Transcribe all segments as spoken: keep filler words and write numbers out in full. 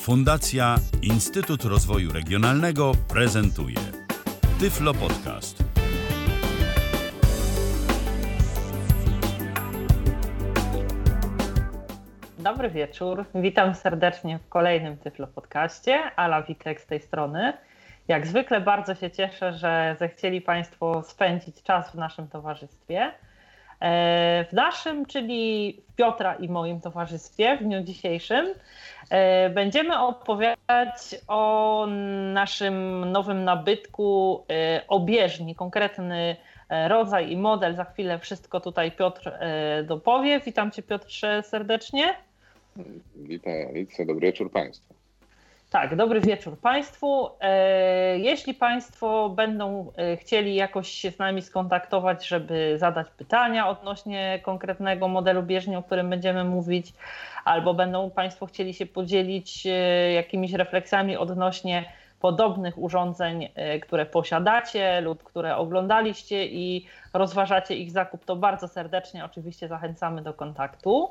Fundacja Instytut Rozwoju Regionalnego prezentuje Tyflo Podcast. Dobry wieczór, witam serdecznie w kolejnym Tyflo Podcaście. Ala Witek z tej strony. Jak zwykle bardzo się cieszę, że zechcieli Państwo spędzić czas w naszym towarzystwie. W naszym, czyli w Piotra i moim towarzystwie w dniu dzisiejszym będziemy opowiadać o naszym nowym nabytku, o bieżni, konkretny rodzaj i model. Za chwilę wszystko tutaj Piotr dopowie. Witam Cię, Piotrze, serdecznie. Witam, Alicja. Dobry wieczór Państwu. Tak, dobry wieczór Państwu. Jeśli Państwo będą chcieli jakoś się z nami skontaktować, żeby zadać pytania odnośnie konkretnego modelu bieżni, o którym będziemy mówić, albo będą Państwo chcieli się podzielić jakimiś refleksjami odnośnie podobnych urządzeń, które posiadacie lub które oglądaliście i rozważacie ich zakup, to bardzo serdecznie oczywiście zachęcamy do kontaktu.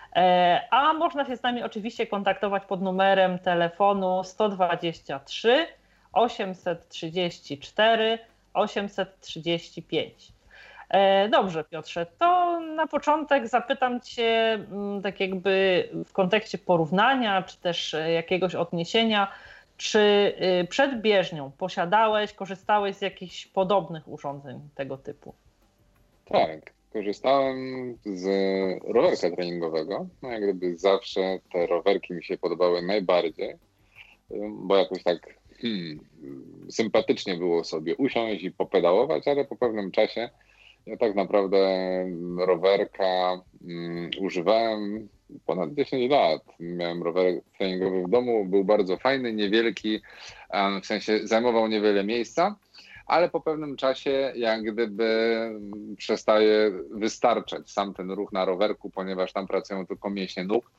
A można się z nami oczywiście kontaktować pod numerem telefonu sto dwadzieścia trzy osiemset trzydzieści cztery osiemset trzydzieści pięć. Dobrze, Piotrze, to na początek zapytam Cię tak jakby w kontekście porównania, czy też jakiegoś odniesienia, czy przed bieżnią posiadałeś, korzystałeś z jakichś podobnych urządzeń tego typu? Tak. Korzystałem z rowerka treningowego, no jak gdyby zawsze te rowerki mi się podobały najbardziej, bo jakoś tak hmm, sympatycznie było sobie usiąść i popedałować, ale po pewnym czasie ja tak naprawdę rowerka um, używałem ponad dziesięć lat. Miałem rower treningowy w domu, był bardzo fajny, niewielki, um, w sensie zajmował niewiele miejsca, ale po pewnym czasie jak gdyby przestaje wystarczać sam ten ruch na rowerku, ponieważ tam pracują tylko mięśnie nóg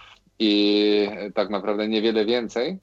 i tak naprawdę niewiele więcej.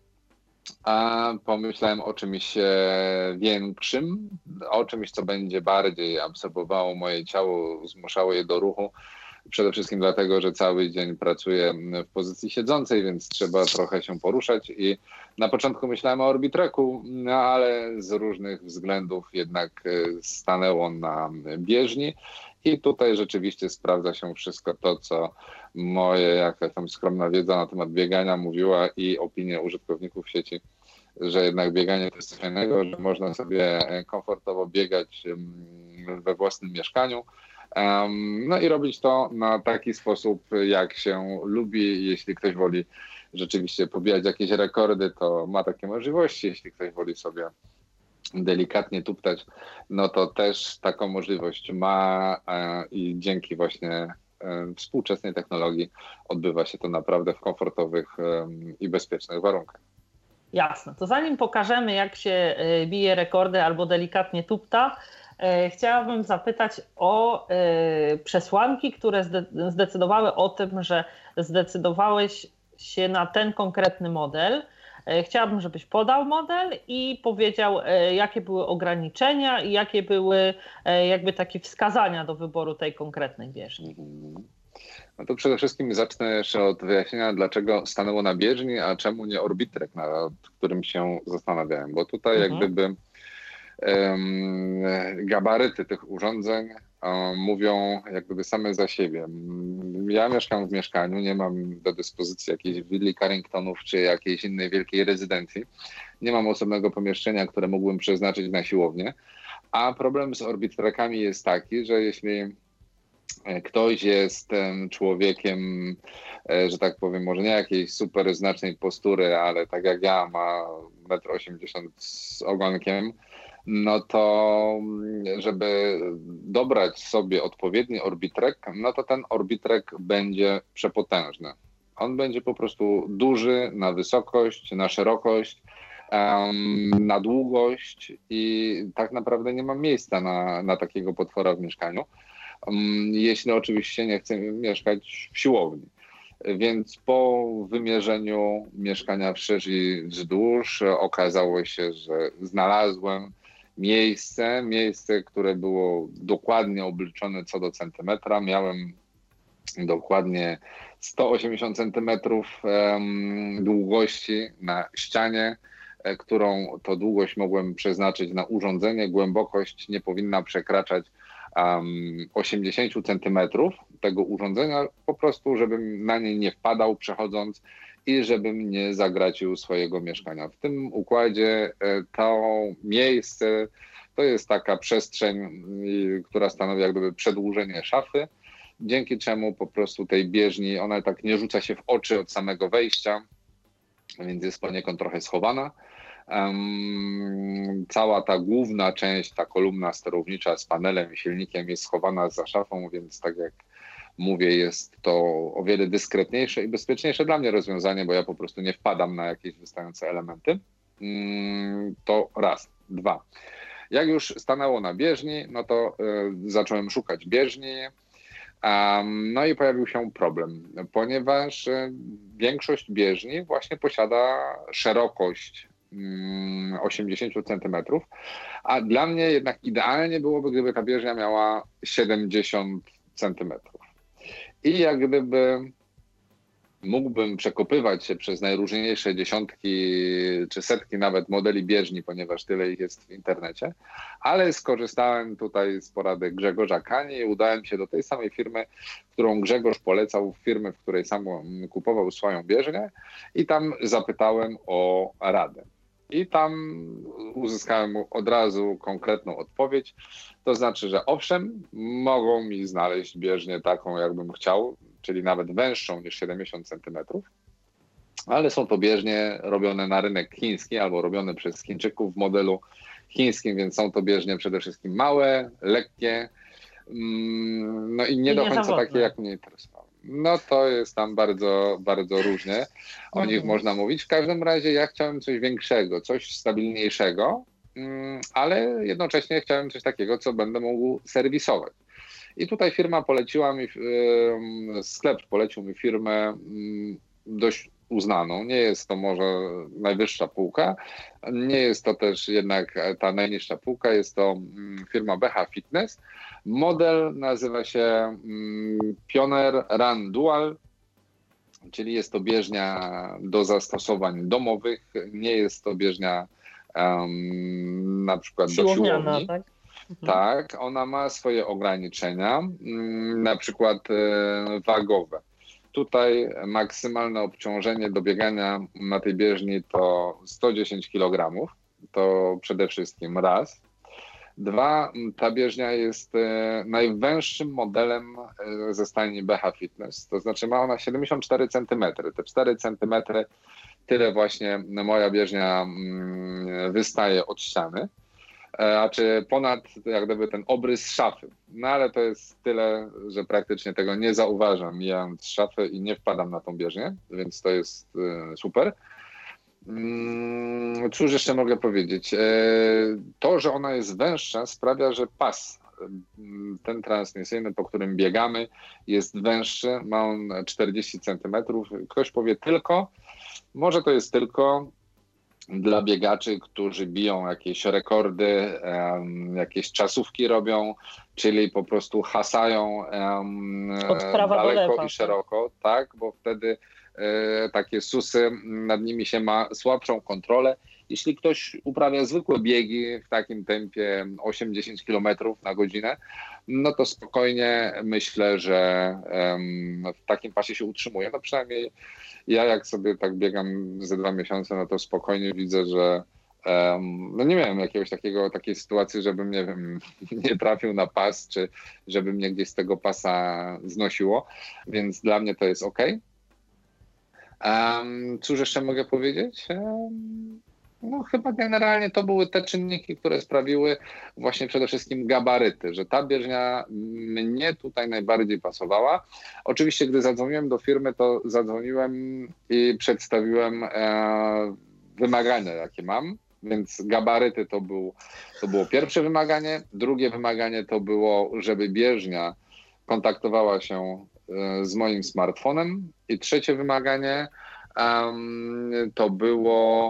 A pomyślałem o czymś większym, o czymś, co będzie bardziej absorbowało moje ciało, zmuszało je do ruchu. Przede wszystkim dlatego, że cały dzień pracuję w pozycji siedzącej, więc trzeba trochę się poruszać i na początku myślałem o Orbitracku, no ale z różnych względów jednak stanęło na bieżni i tutaj rzeczywiście sprawdza się wszystko to, co moje jakaś tam skromna wiedza na temat biegania mówiła i opinie użytkowników sieci, że jednak bieganie to jest coś fajnego, że można sobie komfortowo biegać we własnym mieszkaniu. Um, no i robić to na taki sposób, jak się lubi. Jeśli ktoś woli rzeczywiście pobijać jakieś rekordy, to ma takie możliwości. Jeśli ktoś woli sobie delikatnie tuptać, no to też taką możliwość ma e, i dzięki właśnie e, współczesnej technologii odbywa się to naprawdę w komfortowych e, i bezpiecznych warunkach. Jasne. To zanim pokażemy, jak się bije rekordy albo delikatnie tupta, chciałabym zapytać o przesłanki, które zdecydowały o tym, że zdecydowałeś się na ten konkretny model. Chciałabym, żebyś podał model i powiedział, jakie były ograniczenia i jakie były jakby takie wskazania do wyboru tej konkretnej bieżni. No to przede wszystkim zacznę jeszcze od wyjaśnienia, dlaczego stanęło na bieżni, a czemu nie Orbitrack, nad którym się zastanawiałem, bo tutaj mhm. jak gdyby Um, gabaryty tych urządzeń um, mówią jak gdyby same za siebie. Ja mieszkam w mieszkaniu, nie mam do dyspozycji jakiejś willi Carringtonów czy jakiejś innej wielkiej rezydencji. Nie mam osobnego pomieszczenia, które mógłbym przeznaczyć na siłownię, a problem z Orbitrackami jest taki, że jeśli ktoś jest człowiekiem, że tak powiem, może nie jakiejś super znacznej postury, ale tak jak ja, ma metr osiemdziesiąt z ogonkiem, no to żeby dobrać sobie odpowiedni Orbitrack, no to ten Orbitrack będzie przepotężny. On będzie po prostu duży na wysokość, na szerokość, um, na długość i tak naprawdę nie ma miejsca na, na takiego potwora w mieszkaniu, um, jeśli oczywiście nie chcemy mieszkać w siłowni. Więc po wymierzeniu mieszkania wszerz i wzdłuż okazało się, że znalazłem miejsce, miejsce, które było dokładnie obliczone co do centymetra. Miałem dokładnie sto osiemdziesiąt centymetrów długości na ścianie, którą to długość mogłem przeznaczyć na urządzenie. Głębokość nie powinna przekraczać osiemdziesiąt centymetrów tego urządzenia, po prostu żebym na nie nie wpadał przechodząc i żebym nie zagracił swojego mieszkania. W tym układzie to miejsce to jest taka przestrzeń, która stanowi jak gdyby przedłużenie szafy, dzięki czemu po prostu tej bieżni, ona tak nie rzuca się w oczy od samego wejścia, więc jest poniekąd trochę schowana. Um, cała ta główna część, ta kolumna sterownicza z panelem i silnikiem jest schowana za szafą, więc tak jak mówię, jest to o wiele dyskretniejsze i bezpieczniejsze dla mnie rozwiązanie, bo ja po prostu nie wpadam na jakieś wystające elementy. Um, to raz. Dwa. Jak już stanęło na bieżni, no to y, zacząłem szukać bieżni. Um, no i pojawił się problem, ponieważ y, większość bieżni właśnie posiada szerokość y, osiemdziesiąt centymetrów, a dla mnie jednak idealnie byłoby, gdyby ta bieżnia miała siedemdziesiąt centymetrów. I jak gdyby mógłbym przekopywać się przez najróżniejsze dziesiątki czy setki nawet modeli bieżni, ponieważ tyle ich jest w internecie, ale skorzystałem tutaj z porady Grzegorza Kani i udałem się do tej samej firmy, którą Grzegorz polecał, firmy, w której sam kupował swoją bieżnię i tam zapytałem o radę. I tam uzyskałem od razu konkretną odpowiedź, to znaczy, że owszem, mogą mi znaleźć bieżnię taką, jakbym chciał, czyli nawet węższą niż siedemdziesiąt centymetrów, ale są to bieżnie robione na rynek chiński albo robione przez Chińczyków w modelu chińskim, więc są to bieżnie przede wszystkim małe, lekkie, no i nie I do końca takie, jak mnie interesowały. No to jest tam bardzo, bardzo różnie o nich można mówić. W każdym razie ja chciałem coś większego, coś stabilniejszego, ale jednocześnie chciałem coś takiego, co będę mógł serwisować. I tutaj firma poleciła mi, sklep polecił mi firmę dość uznaną. Nie jest to może najwyższa półka, nie jest to też jednak ta najniższa półka, jest to firma B H Fitness. Model nazywa się Pioneer Run Dual, czyli jest to bieżnia do zastosowań domowych, nie jest to bieżnia um, na przykład do siłowni. Tak? Tak, ona ma swoje ograniczenia, na przykład wagowe. Tutaj maksymalne obciążenie do biegania na tej bieżni to sto dziesięć kilogramów, to przede wszystkim raz. Dwa, ta bieżnia jest najwęższym modelem ze stajni B H Fitness, to znaczy ma ona siedemdziesiąt cztery centymetry. Te cztery centymetry, tyle właśnie moja bieżnia wystaje od ściany. A czy ponad jak gdyby ten obrys szafy. No ale to jest tyle, że praktycznie tego nie zauważam, mijając szafę i nie wpadam na tą bieżnię, więc to jest super. Cóż jeszcze mogę powiedzieć? To, że ona jest węższa, sprawia, że pas, ten transmisyjny, po którym biegamy, jest węższy, ma on czterdzieści centymetrów. Ktoś powie tylko, może to jest tylko dla biegaczy, którzy biją jakieś rekordy, um, jakieś czasówki robią, czyli po prostu hasają um, daleko i szeroko, tak, bo wtedy e, takie susy, nad nimi się ma słabszą kontrolę. Jeśli ktoś uprawia zwykłe biegi w takim tempie osiem do dziesięciu kilometrów na godzinę, no to spokojnie myślę, że um, w takim pasie się utrzymuje. No przynajmniej ja jak sobie tak biegam ze dwa miesiące, no to spokojnie widzę, że um, no nie miałem jakiegoś takiego, takiej sytuacji, żebym nie wiem, nie trafił na pas, czy żeby mnie gdzieś z tego pasa znosiło, więc dla mnie to jest ok. Um, cóż jeszcze mogę powiedzieć? Um, No chyba generalnie to były te czynniki, które sprawiły właśnie przede wszystkim gabaryty, że ta bieżnia mnie tutaj najbardziej pasowała. Oczywiście gdy zadzwoniłem do firmy, to zadzwoniłem i przedstawiłem e, wymagania, jakie mam, więc gabaryty to, był, to było pierwsze wymaganie. Drugie wymaganie to było, żeby bieżnia kontaktowała się e, z moim smartfonem i trzecie wymaganie um, to było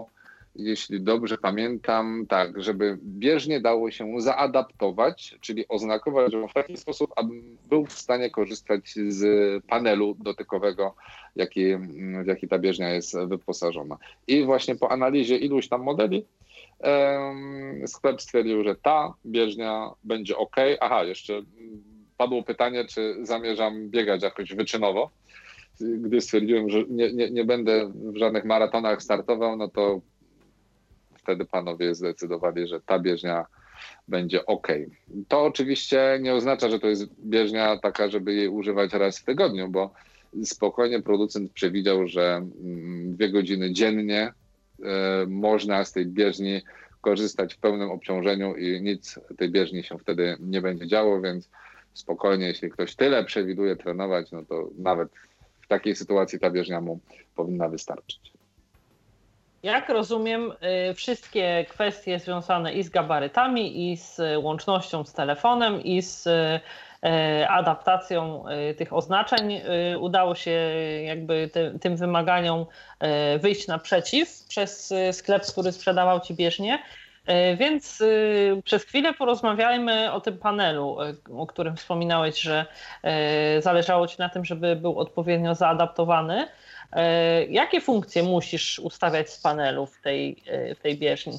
jeśli dobrze pamiętam, tak, żeby bieżnie dało się zaadaptować, czyli oznakować ją w taki sposób, abym był w stanie korzystać z panelu dotykowego, jaki, w jaki ta bieżnia jest wyposażona. I właśnie po analizie iluś tam modeli um, sklep stwierdził, że ta bieżnia będzie ok. Aha, jeszcze padło pytanie, czy zamierzam biegać jakoś wyczynowo. Gdy stwierdziłem, że nie, nie, nie będę w żadnych maratonach startował, no to wtedy panowie zdecydowali, że ta bieżnia będzie ok. To oczywiście nie oznacza, że to jest bieżnia taka, żeby jej używać raz w tygodniu, bo spokojnie producent przewidział, że dwie godziny dziennie e, można z tej bieżni korzystać w pełnym obciążeniu i nic tej bieżni się wtedy nie będzie działo, więc spokojnie, jeśli ktoś tyle przewiduje trenować, no to nawet w takiej sytuacji ta bieżnia mu powinna wystarczyć. Jak rozumiem, wszystkie kwestie związane i z gabarytami, i z łącznością z telefonem, i z adaptacją tych oznaczeń udało się jakby tym, tym wymaganiom wyjść naprzeciw przez sklep, który sprzedawał Ci bieżnię. Więc przez chwilę porozmawiajmy o tym panelu, o którym wspominałeś, że zależało Ci na tym, żeby był odpowiednio zaadaptowany. Jakie funkcje musisz ustawiać z panelu w tej, w tej bieżni?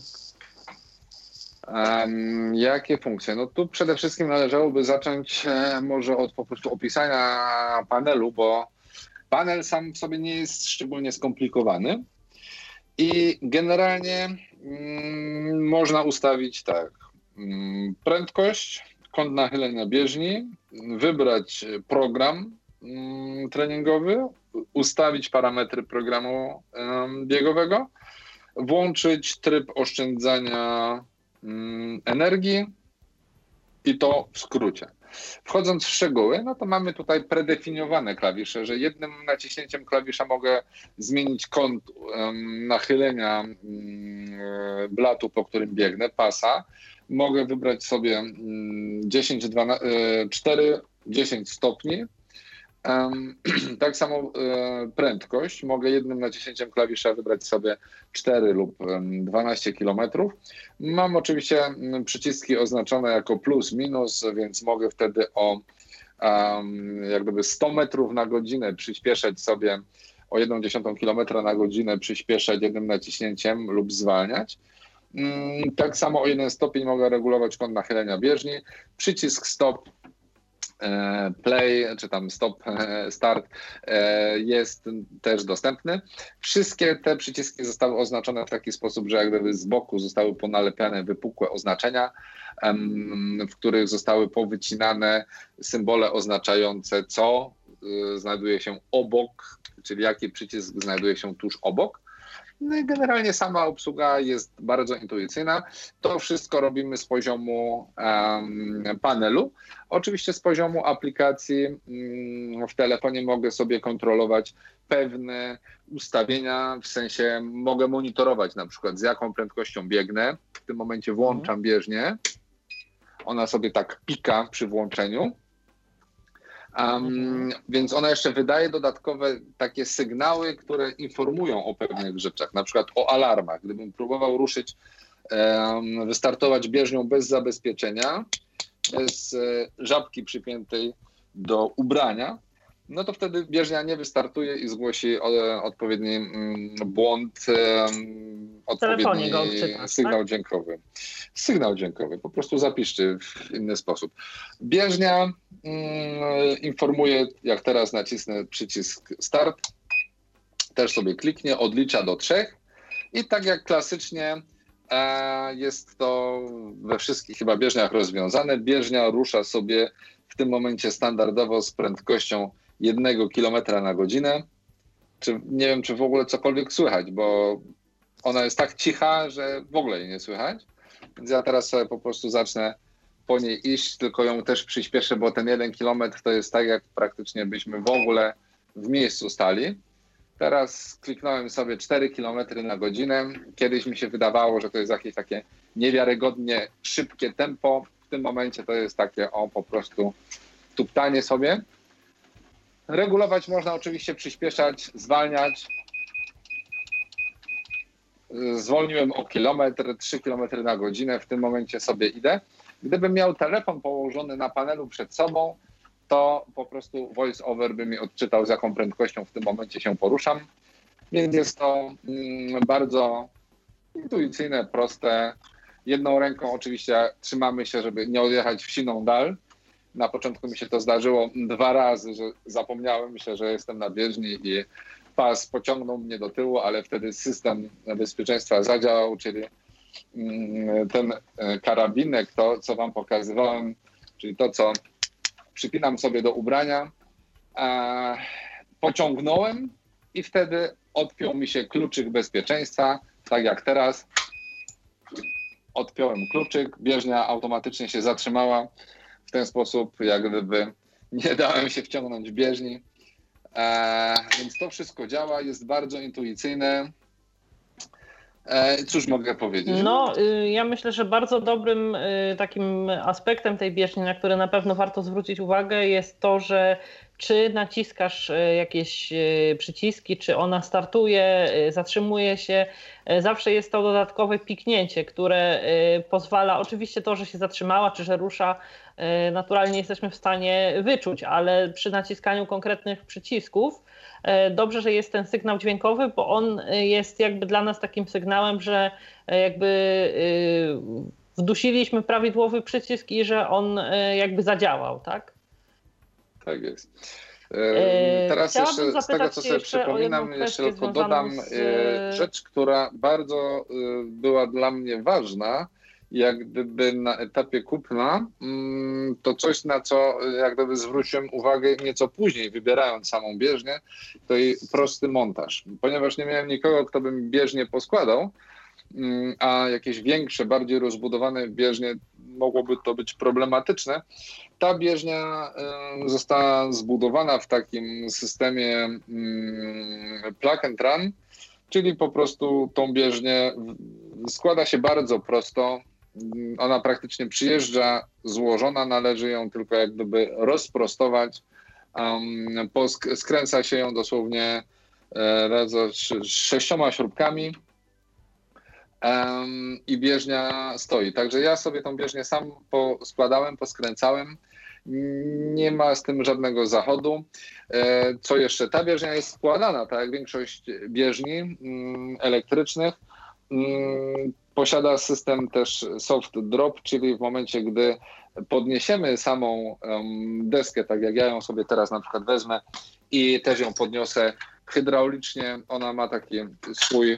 Um, jakie funkcje? No tu przede wszystkim należałoby zacząć e, może od po prostu opisania panelu, bo panel sam w sobie nie jest szczególnie skomplikowany i generalnie mm, można ustawić tak, mm, prędkość, kąt nachylenia bieżni, wybrać program mm, treningowy, ustawić parametry programu um, biegowego, włączyć tryb oszczędzania um, energii i to w skrócie. Wchodząc w szczegóły, no to mamy tutaj predefiniowane klawisze, że jednym naciśnięciem klawisza mogę zmienić kąt um, nachylenia um, blatu, po którym biegnę, pasa. Mogę wybrać sobie um, dziesięć, dwanaście, cztery, dziesięć stopni. Um, tak samo um, prędkość. Mogę jednym naciśnięciem klawisza wybrać sobie cztery lub um, dwanaście kilometrów. Mam oczywiście um, przyciski oznaczone jako plus, minus, więc mogę wtedy o um, jak gdyby sto metrów na godzinę przyspieszać sobie o jedną dziesiątą kilometra na godzinę, przyspieszać jednym naciśnięciem lub zwalniać. Um, tak samo o jeden stopień mogę regulować kąt nachylenia bieżni. Przycisk stop, play, czy tam stop, start jest też dostępny. Wszystkie te przyciski zostały oznaczone w taki sposób, że jak gdyby z boku zostały ponalepiane wypukłe oznaczenia, w których zostały powycinane symbole oznaczające, co znajduje się obok, czyli jaki przycisk znajduje się tuż obok. No i generalnie sama obsługa jest bardzo intuicyjna. To wszystko robimy z poziomu um, panelu. Oczywiście z poziomu aplikacji um, w telefonie mogę sobie kontrolować pewne ustawienia, w sensie mogę monitorować na przykład z jaką prędkością biegnę. W tym momencie włączam bieżnię. Ona sobie tak pika przy włączeniu. Um, więc ona jeszcze wydaje dodatkowe takie sygnały, które informują o pewnych rzeczach, na przykład o alarmach. Gdybym próbował ruszyć, um, wystartować bieżnią bez zabezpieczenia, bez e, żabki przypiętej do ubrania, no to wtedy bieżnia nie wystartuje i zgłosi o, odpowiedni mm, błąd, um, odpowiedni go odczyta, sygnał tak? dźwiękowy. Sygnał dźwiękowy, po prostu zapiszcie w inny sposób. Bieżnia mm, informuje, jak teraz nacisnę przycisk start, też sobie kliknie, odlicza do trzech i tak jak klasycznie e, jest to we wszystkich chyba bieżniach rozwiązane, bieżnia rusza sobie w tym momencie standardowo z prędkością jednego kilometra na godzinę. Czy, nie wiem, czy w ogóle cokolwiek słychać, bo ona jest tak cicha, że w ogóle jej nie słychać. Więc ja teraz sobie po prostu zacznę po niej iść, tylko ją też przyspieszę, bo ten jeden kilometr to jest tak, jak praktycznie byśmy w ogóle w miejscu stali. Teraz kliknąłem sobie cztery kilometry na godzinę. Kiedyś mi się wydawało, że to jest jakieś takie niewiarygodnie szybkie tempo. W tym momencie to jest takie o po prostu tuptanie sobie. Regulować można oczywiście, przyspieszać, zwalniać. zwolniłem o kilometr, trzy kilometry na godzinę, w tym momencie sobie idę. Gdybym miał telefon położony na panelu przed sobą, to po prostu voice over by mi odczytał, z jaką prędkością w tym momencie się poruszam. Więc jest to mm, bardzo intuicyjne, proste. Jedną ręką oczywiście trzymamy się, żeby nie odjechać w siną dal. Na początku mi się to zdarzyło dwa razy, że zapomniałem się, że jestem na bieżni i pas pociągnął mnie do tyłu, ale wtedy system bezpieczeństwa zadziałał, czyli ten karabinek, to co wam pokazywałem, czyli to, co przypinam sobie do ubrania, pociągnąłem i wtedy odpiął mi się kluczyk bezpieczeństwa, tak jak teraz. Odpiąłem kluczyk, bieżnia automatycznie się zatrzymała. W ten sposób jak gdyby nie dałem się wciągnąć w bieżni. E, więc to wszystko działa, jest bardzo intuicyjne. E, cóż mogę powiedzieć? No, y, ja myślę, że bardzo dobrym y, takim aspektem tej bieżni, na który na pewno warto zwrócić uwagę, jest to, że czy naciskasz y, jakieś y, przyciski, czy ona startuje, y, zatrzymuje się, y, zawsze jest to dodatkowe piknięcie, które y, pozwala, oczywiście to, że się zatrzymała, czy że rusza, y, naturalnie jesteśmy w stanie wyczuć, ale przy naciskaniu konkretnych przycisków dobrze, że jest ten sygnał dźwiękowy, bo on jest jakby dla nas takim sygnałem, że jakby wdusiliśmy prawidłowy przycisk i że on jakby zadziałał, tak? Tak jest. Teraz jeszcze z tego, co sobie przypominam, jeszcze tylko dodam z... rzecz, która bardzo była dla mnie ważna, jak gdyby na etapie kupna, to coś, na co jak gdyby zwróciłem uwagę nieco później, wybierając samą bieżnię, to jej prosty montaż. Ponieważ nie miałem nikogo, kto by mi bieżnię poskładał, a jakieś większe, bardziej rozbudowane bieżnie mogłoby to być problematyczne. Ta bieżnia została zbudowana w takim systemie plug and run, czyli po prostu tą bieżnię składa się bardzo prosto. Ona praktycznie przyjeżdża złożona, należy ją tylko jak gdyby rozprostować. Um, posk- skręca się ją dosłownie e, razem z sześcioma śrubkami um, i bieżnia stoi. Także ja sobie tą bieżnię sam poskładałem, poskręcałem. Nie ma z tym żadnego zachodu. E, co jeszcze? Ta bieżnia jest składana, tak jak większość bieżni mm, elektrycznych. Mm, Posiada system też soft drop, czyli w momencie, gdy podniesiemy samą um, deskę, tak jak ja ją sobie teraz na przykład wezmę i też ją podniosę hydraulicznie, ona ma taki swój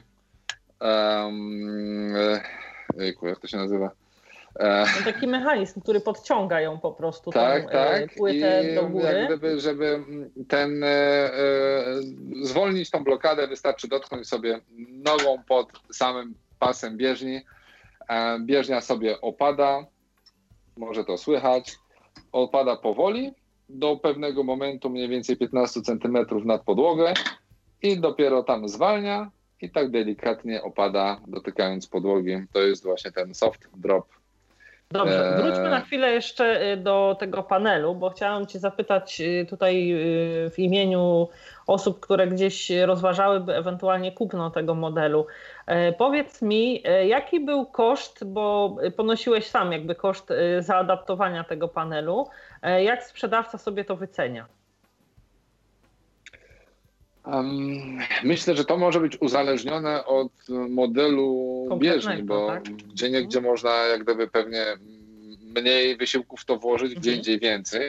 um, jejku, jak to się nazywa? No taki mechanizm, który podciąga ją po prostu, tak, tą tak. płytę I do góry. Jak gdyby, żeby ten, e, e, zwolnić tą blokadę, wystarczy dotknąć sobie nogą pod samym pasem bieżni. Bieżnia sobie opada, może to słychać, opada powoli do pewnego momentu, mniej więcej piętnaście centymetrów nad podłogę i dopiero tam zwalnia i tak delikatnie opada, dotykając podłogi. To jest właśnie ten soft drop. Dobrze, wróćmy na chwilę jeszcze do tego panelu, bo chciałam Cię zapytać tutaj w imieniu osób, które gdzieś rozważałyby ewentualnie kupno tego modelu. Powiedz mi, jaki był koszt, bo ponosiłeś sam jakby koszt zaadaptowania tego panelu. Jak sprzedawca sobie to wycenia? Um, myślę, że to może być uzależnione od modelu bieżni, bo tak? gdzie niegdzie mhm. można jak gdyby pewnie mniej wysiłków w to włożyć, mhm. gdzie indziej więcej.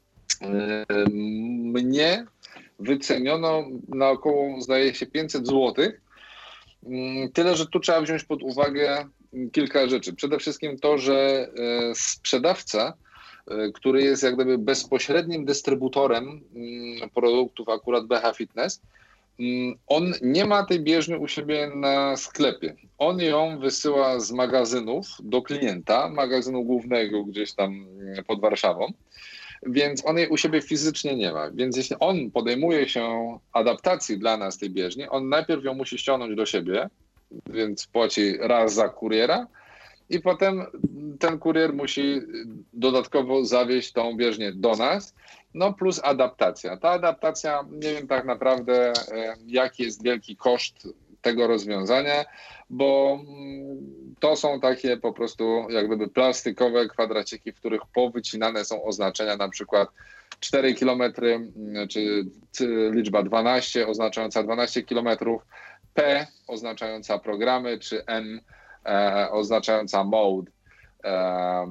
Mnie wyceniono na około, zdaje się, pięćset złotych. Tyle, że tu trzeba wziąć pod uwagę kilka rzeczy. Przede wszystkim to, że sprzedawca, który jest jak gdyby bezpośrednim dystrybutorem produktów akurat B H Fitness, on nie ma tej bieżni u siebie na sklepie. On ją wysyła z magazynów do klienta, magazynu głównego gdzieś tam pod Warszawą, więc on jej u siebie fizycznie nie ma. Więc jeśli on podejmuje się adaptacji dla nas tej bieżni, on najpierw ją musi ściągnąć do siebie, więc płaci raz za kuriera, i potem ten kurier musi dodatkowo zawieźć tą bieżnię do nas, no plus adaptacja. Ta adaptacja, nie wiem tak naprawdę jaki jest wielki koszt tego rozwiązania, bo to są takie po prostu jak gdyby plastikowe kwadraciki, w których powycinane są oznaczenia, na przykład cztery kilometry, czy liczba dwanaście oznaczająca dwanaście kilometrów, P oznaczająca programy, czy N e, oznaczająca mode, e, e,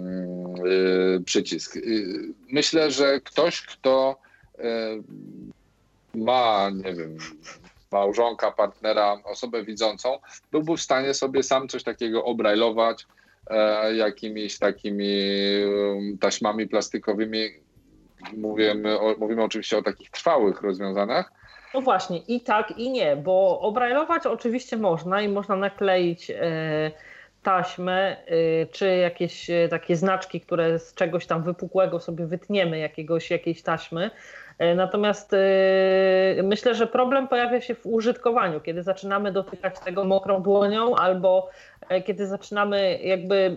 przycisk. Myślę, że ktoś, kto e, ma, nie wiem, małżonka, partnera, osobę widzącą, byłby w stanie sobie sam coś takiego obrajlować e, jakimiś takimi taśmami plastikowymi. Mówimy, o, mówimy oczywiście o takich trwałych rozwiązaniach. No właśnie, i tak, i nie, bo obrajlować oczywiście można i można nakleić e, taśmę, e, czy jakieś e, takie znaczki, które z czegoś tam wypukłego sobie wytniemy, jakiegoś, jakiejś taśmy. E, natomiast e, myślę, że problem pojawia się w użytkowaniu, kiedy zaczynamy dotykać tego mokrą dłonią, albo e, kiedy zaczynamy jakby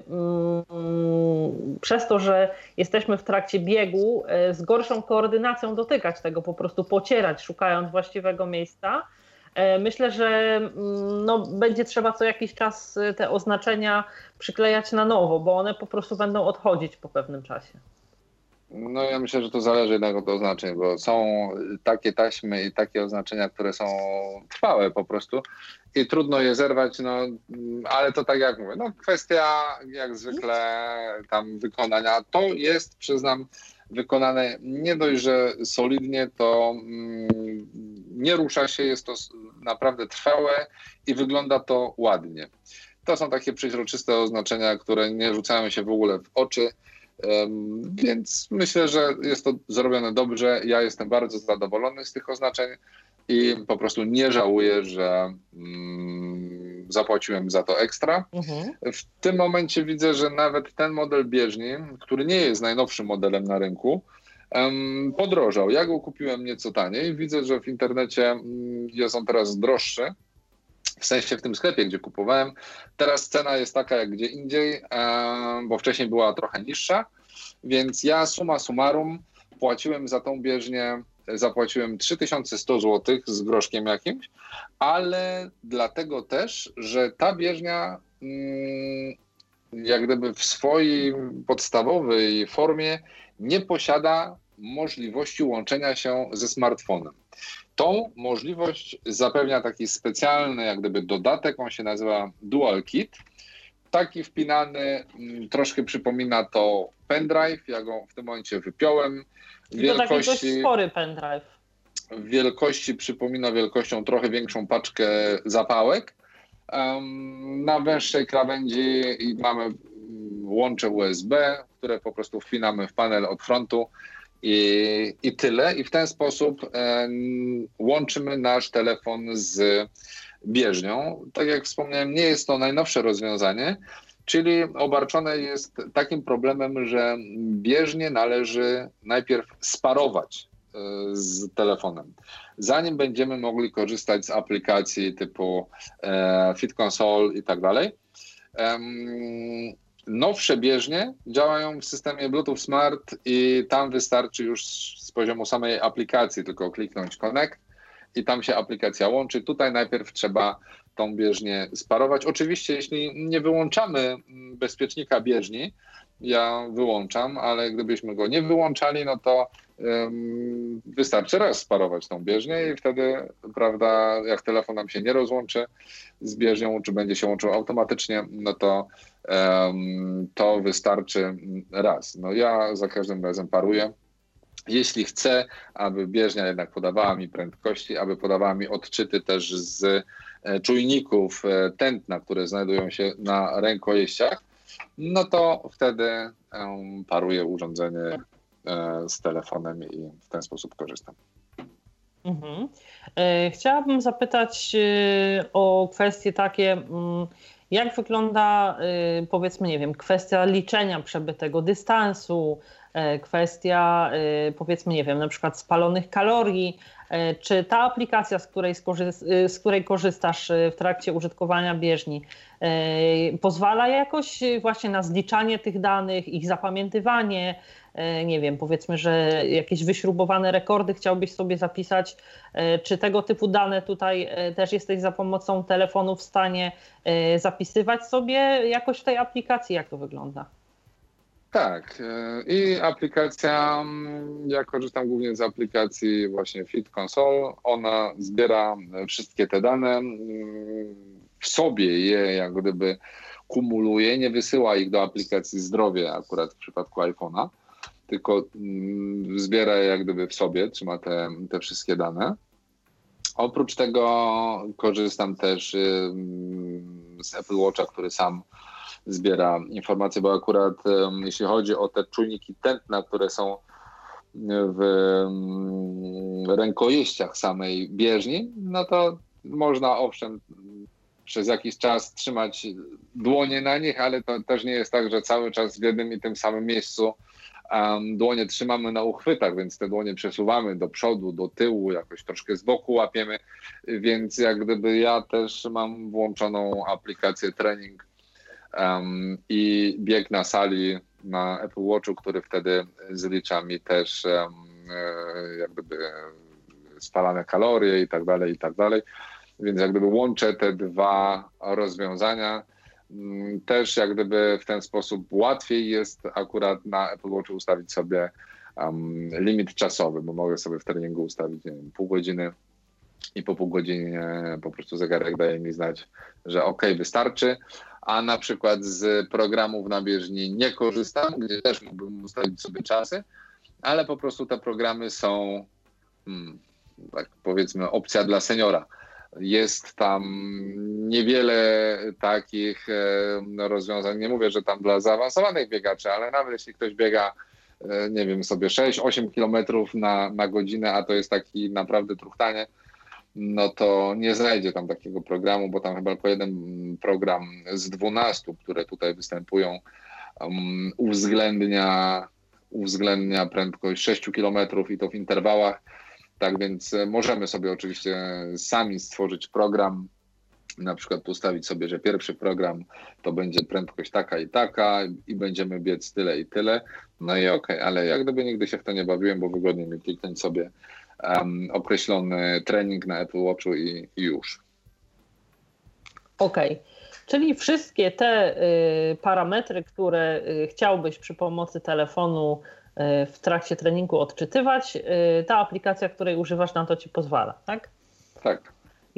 mm, przez to, że jesteśmy w trakcie biegu, e, z gorszą koordynacją dotykać tego, po prostu pocierać, szukając właściwego miejsca. E, myślę, że mm, no, będzie trzeba co jakiś czas te oznaczenia przyklejać na nowo, bo one po prostu będą odchodzić po pewnym czasie. No ja myślę, że to zależy jednak od oznaczeń, bo są takie taśmy i takie oznaczenia, które są trwałe po prostu i trudno je zerwać, no ale to tak jak mówię, no kwestia jak zwykle tam wykonania. To jest, przyznam, wykonane nie dość, że solidnie, to mm, nie rusza się, jest to naprawdę trwałe i wygląda to ładnie. To są takie przeźroczyste oznaczenia, które nie rzucają się w ogóle w oczy. Um, więc myślę, że jest to zrobione dobrze. Ja jestem bardzo zadowolony z tych oznaczeń i po prostu nie żałuję, że um, zapłaciłem za to ekstra. Mhm. W tym momencie widzę, że nawet ten model bieżni, który nie jest najnowszym modelem na rynku, um, podrożał. Ja go kupiłem nieco taniej. Widzę, że w internecie um, jest on teraz droższy. W sensie w tym sklepie, gdzie kupowałem. Teraz cena jest taka jak gdzie indziej, bo wcześniej była trochę niższa, więc ja summa summarum płaciłem za tą bieżnię, zapłaciłem trzy tysiące sto złotych z groszkiem jakimś, ale dlatego też, że ta bieżnia jak gdyby w swojej podstawowej formie nie posiada możliwości łączenia się ze smartfonem. Tą możliwość zapewnia taki specjalny jak gdyby dodatek, on się nazywa Dual Kit. Taki wpinany, troszkę przypomina to pendrive, ja go w tym momencie wypiąłem. I to taki dość spory pendrive. W wielkości przypomina wielkością trochę większą paczkę zapałek. Na węższej krawędzi mamy łącze U S B, które po prostu wpinamy w panel od frontu. I, I tyle. I w ten sposób e, łączymy nasz telefon z bieżnią. Tak jak wspomniałem, nie jest to najnowsze rozwiązanie, czyli obarczone jest takim problemem, że bieżnię należy najpierw sparować e, z telefonem. Zanim będziemy mogli korzystać z aplikacji typu e, Fit Console i tak dalej. Nowsze bieżnie działają w systemie Bluetooth Smart i tam wystarczy już z poziomu samej aplikacji tylko kliknąć Connect i tam się aplikacja łączy. Tutaj najpierw trzeba tą bieżnię sparować. Oczywiście jeśli nie wyłączamy bezpiecznika bieżni, ja wyłączam, ale gdybyśmy go nie wyłączali, no to um, wystarczy raz sparować tą bieżnię i wtedy, prawda, jak telefon nam się nie rozłączy z bieżnią, czy będzie się łączył automatycznie, no to um, to wystarczy raz. No ja za każdym razem paruję. Jeśli chcę, aby bieżnia jednak podawała mi prędkości, aby podawała mi odczyty też z czujników tętna, które znajdują się na rękojeściach, no to wtedy um, paruję urządzenie e, z telefonem i w ten sposób korzystam. Mhm. E, chciałabym zapytać e, o kwestie takie, m, jak wygląda e, powiedzmy, nie wiem, kwestia liczenia przebytego dystansu, kwestia powiedzmy, nie wiem, na przykład spalonych kalorii. Czy ta aplikacja, z której, skorzy- z której korzystasz w trakcie użytkowania bieżni, pozwala jakoś właśnie na zliczanie tych danych, ich zapamiętywanie? Nie wiem, powiedzmy, że jakieś wyśrubowane rekordy chciałbyś sobie zapisać. Czy tego typu dane tutaj też jesteś za pomocą telefonu w stanie zapisywać sobie jakoś w tej aplikacji? Jak to wygląda? Tak. I aplikacja, ja korzystam głównie z aplikacji właśnie Fit Console. Ona zbiera wszystkie te dane, w sobie je jak gdyby kumuluje, nie wysyła ich do aplikacji Zdrowie akurat w przypadku iPhone'a, tylko zbiera je jak gdyby w sobie, trzyma te, te wszystkie dane. Oprócz tego korzystam też z Apple Watcha, który sam zbiera informacje, bo akurat jeśli chodzi o te czujniki tętna, które są w rękojeściach samej bieżni, no to można owszem przez jakiś czas trzymać dłonie na nich, ale to też nie jest tak, że cały czas w jednym i tym samym miejscu um, dłonie trzymamy na uchwytach, więc te dłonie przesuwamy do przodu, do tyłu, jakoś troszkę z boku łapiemy, więc jak gdyby ja też mam włączoną aplikację trening um, i bieg na sali na Apple Watchu, który wtedy zlicza mi też um, jak gdyby spalane kalorie i tak dalej, i tak dalej. Więc jak gdyby łączę te dwa rozwiązania. Też jak gdyby w ten sposób łatwiej jest akurat na Apple Watchu ustawić sobie um, limit czasowy, bo mogę sobie w treningu ustawić nie wiem, pół godziny i po pół godzinie po prostu zegarek daje mi znać, że ok, wystarczy. A na przykład z programów na bieżni nie korzystam, gdzie też mógłbym ustawić sobie czasy, ale po prostu te programy są hmm, tak powiedzmy opcja dla seniora. Jest tam niewiele takich rozwiązań. Nie mówię, że tam dla zaawansowanych biegaczy, ale nawet jeśli ktoś biega, nie wiem, sobie sześć osiem kilometrów na, na godzinę, a to jest taki naprawdę truchtanie, no to nie znajdzie tam takiego programu, bo tam chyba tylko jeden program z dwunastu, które tutaj występują, um, uwzględnia, uwzględnia prędkość sześć kilometrów i to w interwałach. Tak więc możemy sobie oczywiście sami stworzyć program, na przykład ustawić sobie, że pierwszy program to będzie prędkość taka i taka i będziemy biec tyle i tyle. No i okej, okay, ale jak gdyby nigdy się w to nie bawiłem, bo wygodnie mi kliknąć sobie um, określony trening na Apple Watchu i, i już. Okej, okay. Czyli wszystkie te y, parametry, które y, chciałbyś przy pomocy telefonu w trakcie treningu odczytywać, ta aplikacja, której używasz, na to ci pozwala, tak? Tak.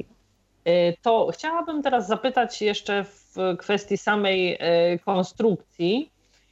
To chciałabym teraz zapytać jeszcze w kwestii samej konstrukcji,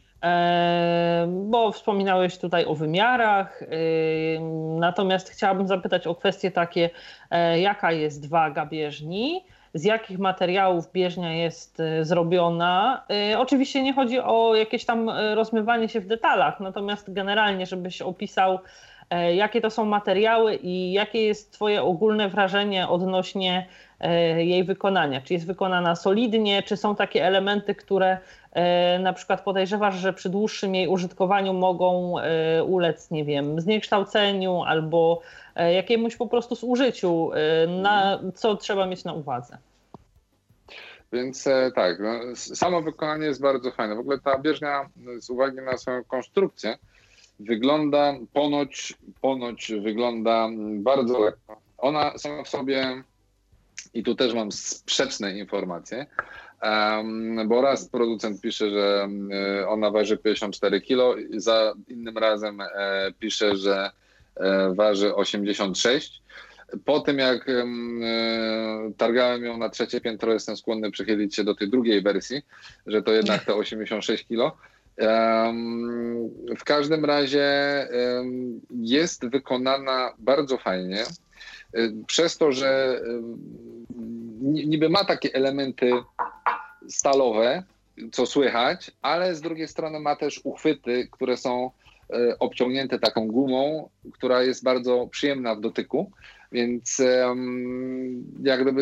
bo wspominałeś tutaj o wymiarach, natomiast chciałabym zapytać o kwestie takie, jaka jest waga bieżni, z jakich materiałów bieżnia jest zrobiona. Oczywiście nie chodzi o jakieś tam rozmywanie się w detalach, natomiast generalnie, żebyś opisał, jakie to są materiały i jakie jest twoje ogólne wrażenie odnośnie jej wykonania. Czy jest wykonana solidnie, czy są takie elementy, które na przykład podejrzewasz, że przy dłuższym jej użytkowaniu mogą ulec, nie wiem, zniekształceniu albo jakiemuś po prostu zużyciu, na co trzeba mieć na uwadze. Więc tak, no, samo wykonanie jest bardzo fajne. W ogóle ta bieżnia z uwagi na swoją konstrukcję wygląda, ponoć, ponoć wygląda bardzo lekko. Ona sama w sobie, i tu też mam sprzeczne informacje, um, bo raz producent pisze, że ona waży pięćdziesiąt cztery kilo, za innym razem e, pisze, że e, waży osiemdziesiąt sześć. Po tym jak e, targałem ją na trzecie piętro, jestem skłonny przychylić się do tej drugiej wersji, że to jednak te osiemdziesiąt sześć kilo. Um, w każdym razie um, jest wykonana bardzo fajnie, przez to, że niby ma takie elementy stalowe, co słychać, ale z drugiej strony ma też uchwyty, które są obciągnięte taką gumą, która jest bardzo przyjemna w dotyku, więc jak gdyby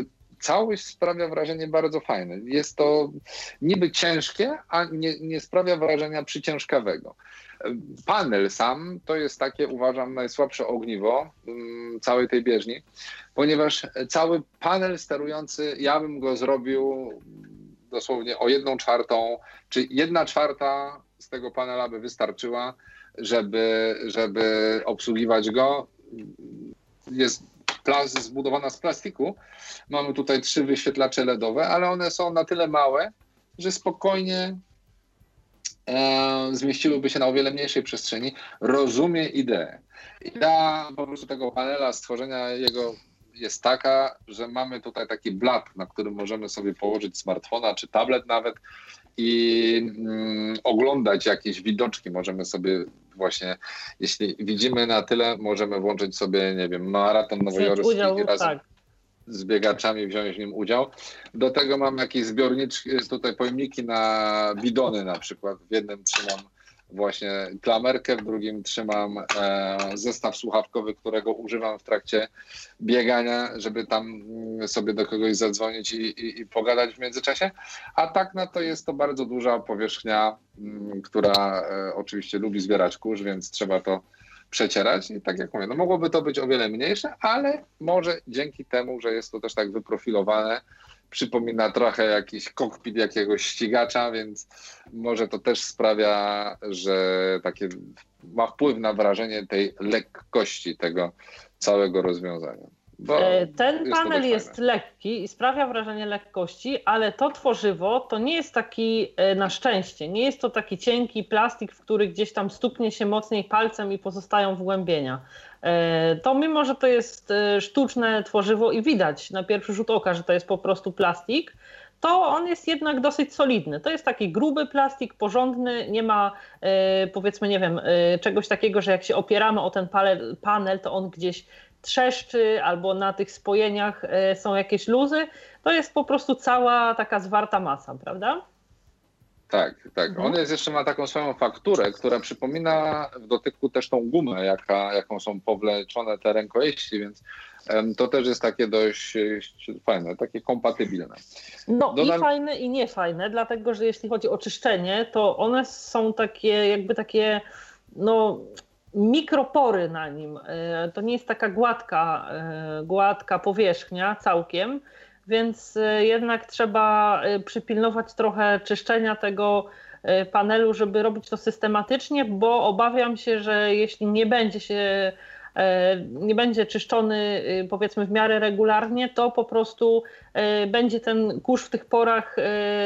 całość sprawia wrażenie bardzo fajne. Jest to niby ciężkie, a nie, nie sprawia wrażenia przyciężkawego. Panel sam to jest takie, uważam, najsłabsze ogniwo całej tej bieżni, ponieważ cały panel sterujący, ja bym go zrobił dosłownie o jedną czwartą, czy jedna czwarta z tego panela by wystarczyła, żeby, żeby obsługiwać go. Jest plaza zbudowana z plastiku. Mamy tutaj trzy wyświetlacze L E D owe, ale one są na tyle małe, że spokojnie e, zmieściłyby się na o wiele mniejszej przestrzeni. Rozumie ideę. Idea po prostu tego panela, stworzenia jego jest taka, że mamy tutaj taki blat, na którym możemy sobie położyć smartfona czy tablet nawet i mm, oglądać jakieś widoczki. Możemy sobie właśnie, jeśli widzimy na tyle, możemy włączyć sobie, nie wiem, maraton nowojorski i razem tak. z biegaczami wziąć w nim udział. Do tego mam jakieś zbiorniczki, tutaj pojemniki na bidony na przykład. W jednym trzymam właśnie klamerkę, w drugim trzymam e, zestaw słuchawkowy, którego używam w trakcie biegania, żeby tam sobie do kogoś zadzwonić i, i, i pogadać w międzyczasie. A tak na to jest to bardzo duża powierzchnia, m, która e, oczywiście lubi zbierać kurz, więc trzeba to przecierać. I tak jak mówię, no mogłoby to być o wiele mniejsze, ale może dzięki temu, że jest to też tak wyprofilowane, przypomina trochę jakiś kokpit jakiegoś ścigacza, więc może to też sprawia, że takie ma wpływ na wrażenie tej lekkości tego całego rozwiązania. Bo ten panel jest lekki i sprawia wrażenie lekkości, ale to tworzywo to nie jest taki, na szczęście, nie jest to taki cienki plastik, w który gdzieś tam stuknie się mocniej palcem i pozostają wgłębienia. To mimo, że to jest sztuczne tworzywo i widać na pierwszy rzut oka, że to jest po prostu plastik, to on jest jednak dosyć solidny. To jest taki gruby plastik, porządny, nie ma powiedzmy, nie wiem, czegoś takiego, że jak się opieramy o ten panel, to on gdzieś trzeszczy albo na tych spojeniach są jakieś luzy. To jest po prostu cała taka zwarta masa, prawda? Tak, tak. Mhm. On jest jeszcze ma taką swoją fakturę, która przypomina w dotyku też tą gumę, jaka, jaką są powleczone te rękojeści, więc um, to też jest takie dość fajne, takie kompatybilne. No Dodam... i fajne i niefajne, dlatego że jeśli chodzi o czyszczenie, to one są takie jakby takie no mikropory na nim. To nie jest taka gładka, gładka powierzchnia całkiem, więc jednak trzeba przypilnować trochę czyszczenia tego panelu, żeby robić to systematycznie, bo obawiam się, że jeśli nie będzie się nie będzie czyszczony powiedzmy w miarę regularnie, to po prostu będzie ten kurz w tych porach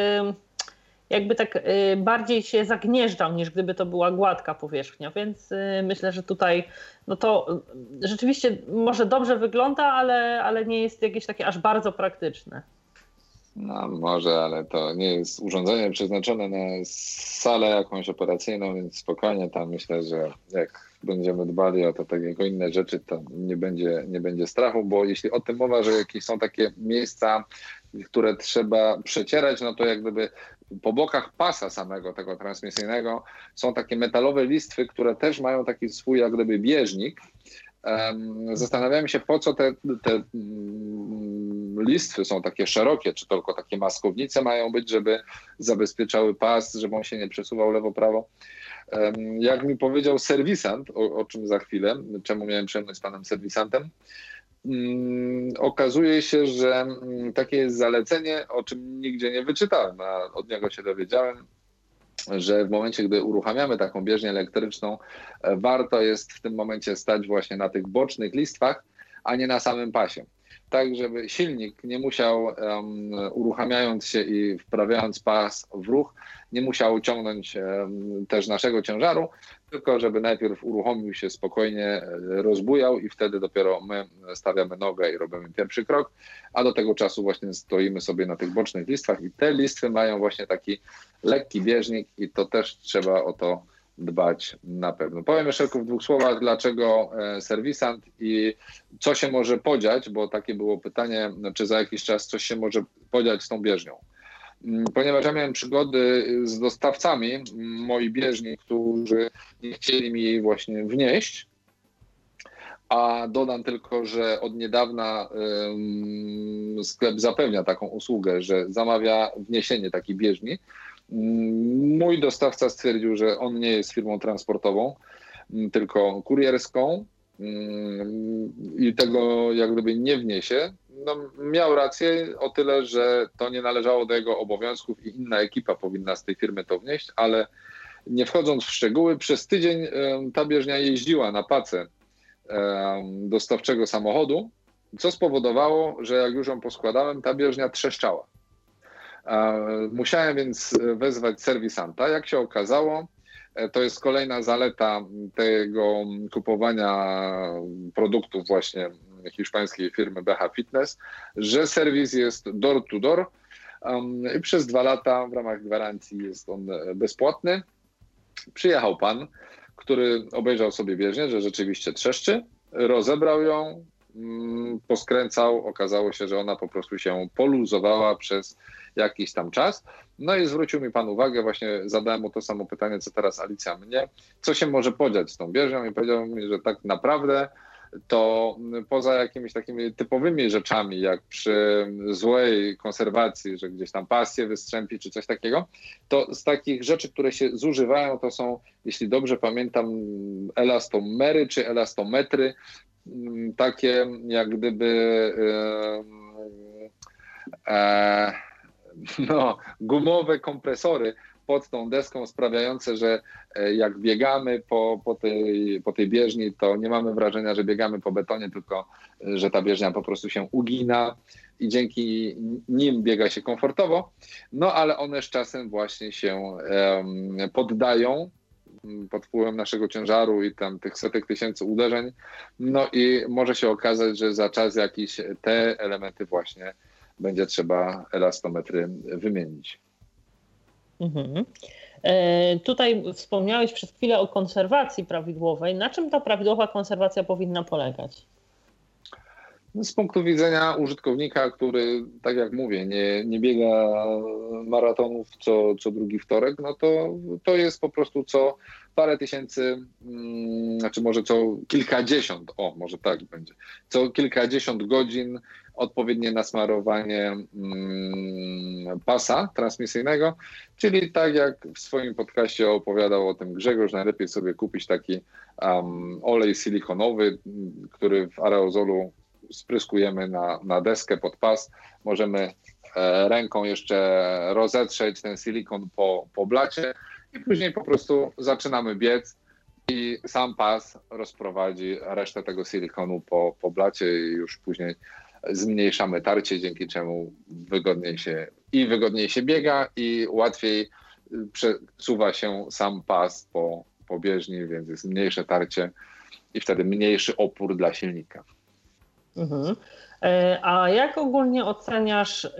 jakby tak bardziej się zagnieżdżał, niż gdyby to była gładka powierzchnia, więc myślę, że tutaj no to rzeczywiście może dobrze wygląda, ale, ale nie jest jakieś takie aż bardzo praktyczne. No może, ale to nie jest urządzenie przeznaczone na salę jakąś operacyjną, więc spokojnie tam myślę, że jak będziemy dbali o to tak jak o inne rzeczy, to nie będzie, nie będzie strachu, bo jeśli o tym mowa, że jakieś są takie miejsca, które trzeba przecierać, no to jak gdyby po bokach pasa samego tego transmisyjnego są takie metalowe listwy, które też mają taki swój jak gdyby bieżnik. Zastanawiałem się, po co te, te listwy są takie szerokie, czy tylko takie maskownice mają być, żeby zabezpieczały pas, żeby on się nie przesuwał lewo-prawo. Jak mi powiedział serwisant, o, o czym za chwilę, czemu miałem przyjemność z panem serwisantem, um, okazuje się, że um, takie jest zalecenie, o czym nigdzie nie wyczytałem, a od niego się dowiedziałem, że w momencie, gdy uruchamiamy taką bieżnię elektryczną, warto jest w tym momencie stać właśnie na tych bocznych listwach, a nie na samym pasie. Tak, żeby silnik nie musiał, um, uruchamiając się i wprawiając pas w ruch, nie musiał ciągnąć um, też naszego ciężaru, tylko żeby najpierw uruchomił się spokojnie, rozbujał i wtedy dopiero my stawiamy nogę i robimy pierwszy krok, a do tego czasu właśnie stoimy sobie na tych bocznych listwach i te listwy mają właśnie taki lekki bieżnik i to też trzeba o to dbać na pewno. Powiem jeszcze w dwóch słowach, dlaczego serwisant i co się może podziać, bo takie było pytanie, czy za jakiś czas coś się może podziać z tą bieżnią. Ponieważ ja miałem przygody z dostawcami moi bieżni, którzy nie chcieli mi jej właśnie wnieść, A dodam tylko, że od niedawna um, sklep zapewnia taką usługę, że zamawia wniesienie takiej bieżni. Um, mój dostawca stwierdził, że on nie jest firmą transportową, um, tylko kurierską um, i tego jak gdyby nie wniesie. No, miał rację o tyle, że to nie należało do jego obowiązków i inna ekipa powinna z tej firmy to wnieść, ale nie wchodząc w szczegóły, przez tydzień um, ta bieżnia jeździła na pacę dostawczego samochodu, co spowodowało, że jak już ją poskładałem, ta bieżnia trzeszczała. Musiałem więc wezwać serwisanta. Jak się okazało, to jest kolejna zaleta tego kupowania produktów właśnie hiszpańskiej firmy B H Fitness, że serwis jest door to door i przez dwa lata w ramach gwarancji jest on bezpłatny. Przyjechał pan, który obejrzał sobie bieżnię, że rzeczywiście trzeszczy, rozebrał ją, poskręcał, okazało się, że ona po prostu się poluzowała przez jakiś tam czas. No i zwrócił mi pan uwagę, właśnie zadałem mu to samo pytanie, co teraz Alicja mnie, co się może podziać z tą bieżnią i powiedział mi, że tak naprawdę to poza jakimiś takimi typowymi rzeczami, jak przy złej konserwacji, że gdzieś tam pasję wystrzępi czy coś takiego, to z takich rzeczy, które się zużywają, to są, jeśli dobrze pamiętam, elastomery czy elastometry, takie jak gdyby e, e, no, gumowe kompresory pod tą deską sprawiające, że jak biegamy po, po, tej, po tej bieżni, to nie mamy wrażenia, że biegamy po betonie, tylko że ta bieżnia po prostu się ugina i dzięki nim biega się komfortowo, no ale one z czasem właśnie się um, poddają pod wpływem naszego ciężaru i tam tych setek tysięcy uderzeń, no i może się okazać, że za czas jakiś te elementy właśnie będzie trzeba elastometry wymienić. Mhm. E, tutaj wspomniałeś przez chwilę o konserwacji prawidłowej. Na czym ta prawidłowa konserwacja powinna polegać? Z punktu widzenia użytkownika, który, tak jak mówię, nie, nie biega maratonów co, co drugi wtorek, no to, to jest po prostu co parę tysięcy, hmm, znaczy może co kilkadziesiąt, o może tak będzie, co kilkadziesiąt godzin odpowiednie nasmarowanie hmm, pasa transmisyjnego, czyli tak jak w swoim podcaście opowiadał o tym Grzegorz, najlepiej sobie kupić taki um, olej silikonowy, który w aerozolu spryskujemy na, na deskę pod pas. Możemy e, ręką jeszcze rozetrzeć ten silikon po, po blacie i później po prostu zaczynamy biec i sam pas rozprowadzi resztę tego silikonu po, po blacie i już później zmniejszamy tarcie, dzięki czemu wygodniej się i wygodniej się biega i łatwiej przesuwa się sam pas po, po bieżni, więc jest mniejsze tarcie i wtedy mniejszy opór dla silnika. Mhm. A jak ogólnie oceniasz yy,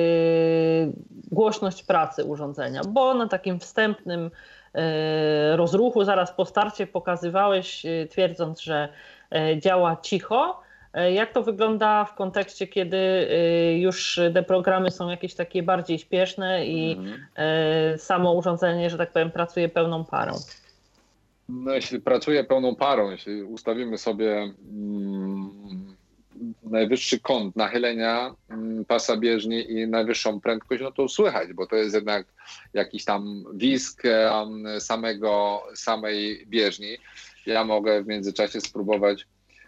głośność pracy urządzenia? Bo na takim wstępnym yy, rozruchu zaraz po starcie pokazywałeś, yy, twierdząc, że yy, działa cicho. Yy, jak to wygląda w kontekście, kiedy yy, już te programy są jakieś takie bardziej śpieszne i mhm. yy, samo urządzenie, że tak powiem, pracuje pełną parą? No, jeśli pracuje pełną parą, jeśli ustawimy sobie mm, najwyższy kąt nachylenia pasa bieżni i najwyższą prędkość, no to słychać, bo to jest jednak jakiś tam wisk samego, samej bieżni. Ja mogę w międzyczasie spróbować,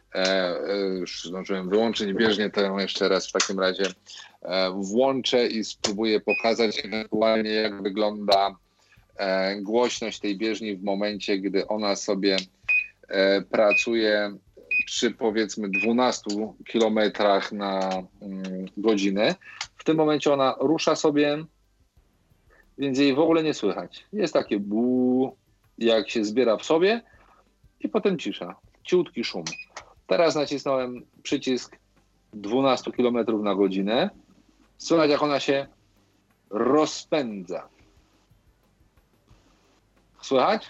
już zdążyłem wyłączyć bieżnię, to ją jeszcze raz w takim razie włączę i spróbuję pokazać ewentualnie, jak wygląda głośność tej bieżni w momencie, gdy ona sobie pracuje przy powiedzmy dwunastu kilometrach na godzinę. W tym momencie ona rusza sobie, więc jej w ogóle nie słychać. Jest takie bu, jak się zbiera w sobie i potem cisza, ciutki szum. Teraz nacisnąłem przycisk dwanaście kilometrów na godzinę. Słychać, jak ona się rozpędza. Słychać?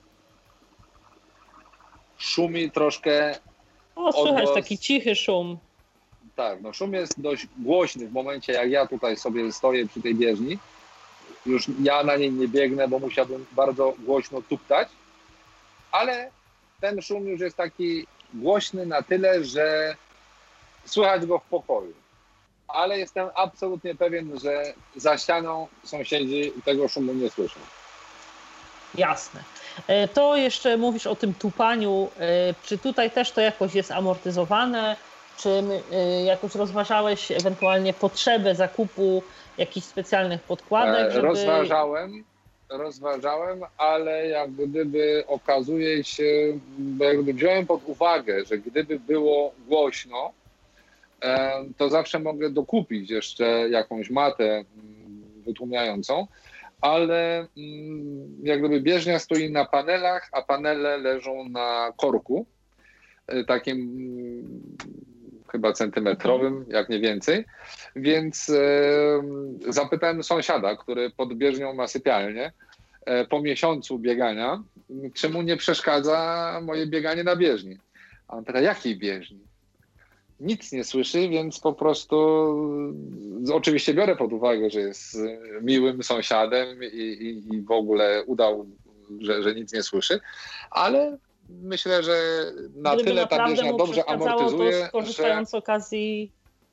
Szumi troszkę. O, słychać odgłos. Taki cichy szum. Tak, no szum jest dość głośny w momencie, jak ja tutaj sobie stoję przy tej bieżni. Już ja na niej nie biegnę, bo musiałbym bardzo głośno tuptać, ale ten szum już jest taki głośny na tyle, że słychać go w pokoju. Ale jestem absolutnie pewien, że za ścianą sąsiedzi tego szumu nie słyszą. Jasne. To jeszcze mówisz o tym tupaniu. Czy tutaj też to jakoś jest amortyzowane? Czy jakoś rozważałeś ewentualnie potrzebę zakupu jakichś specjalnych podkładek? Żeby... Rozważałem, rozważałem, ale jak gdyby okazuje się, bo jak gdyby wziąłem pod uwagę, że gdyby było głośno, to zawsze mogę dokupić jeszcze jakąś matę wytłumiającą, ale jak gdyby bieżnia stoi na panelach, a panele leżą na korku, takim chyba centymetrowym, jak nie więcej, więc zapytałem sąsiada, który pod bieżnią ma sypialnię, po miesiącu biegania, czy mu nie przeszkadza moje bieganie na bieżni. A on pyta, jakiej bieżni? Nic nie słyszy, więc po prostu oczywiście biorę pod uwagę, że jest miłym sąsiadem i, i, i w ogóle udał, że, że nic nie słyszy, ale myślę, że na Gdyby tyle ta bieżnia dobrze amortyzuje, to skorzystając z że... okazji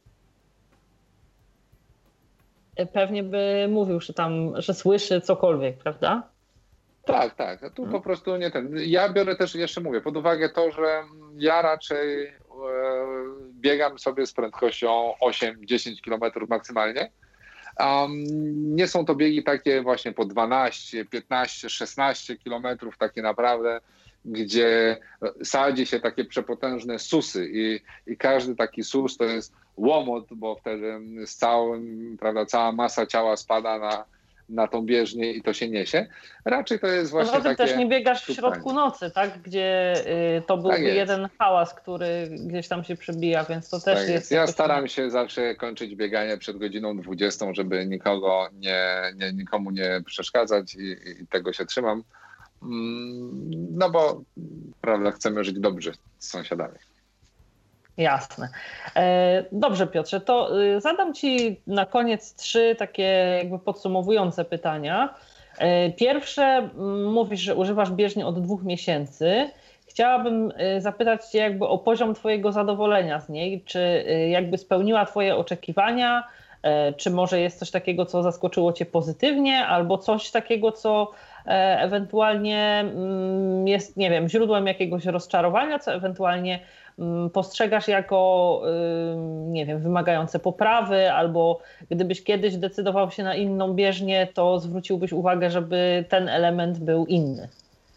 pewnie by mówił, że tam, że słyszy cokolwiek, prawda? Tak, tak. Tu hmm. po prostu nie ten. Ja biorę też, jeszcze mówię, pod uwagę to, że ja raczej biegam sobie z prędkością osiem do dziesięciu kilometrów maksymalnie. Um, nie są to biegi takie właśnie po dwanaście, piętnaście, szesnaście kilometrów, takie naprawdę, gdzie sadzi się takie przepotężne susy i, i każdy taki sus to jest łomot, bo wtedy z całym, prawda, cała masa ciała spada na, na tą bieżnię i to się niesie. Raczej to jest właśnie takie... takie... też nie biegasz w środku nocy, tak? Gdzie y, to byłby tak jeden hałas, który gdzieś tam się przebija, więc to też tak jest... jest. Ja staram się zawsze kończyć bieganie przed godziną dwudziestą, żeby nikogo nie, nie, nikomu nie przeszkadzać i, i tego się trzymam. No bo prawda, chcemy żyć dobrze z sąsiadami. Jasne. Dobrze, Piotrze, to zadam Ci na koniec trzy takie jakby podsumowujące pytania. Pierwsze, mówisz, że używasz bieżni od dwóch miesięcy. Chciałabym zapytać Cię jakby o poziom Twojego zadowolenia z niej. Czy jakby spełniła Twoje oczekiwania? Czy może jest coś takiego, co zaskoczyło Cię pozytywnie, albo coś takiego, co ewentualnie jest, nie wiem, źródłem jakiegoś rozczarowania, co ewentualnie postrzegasz jako, nie wiem, wymagające poprawy, albo gdybyś kiedyś decydował się na inną bieżnię, to zwróciłbyś uwagę, żeby ten element był inny?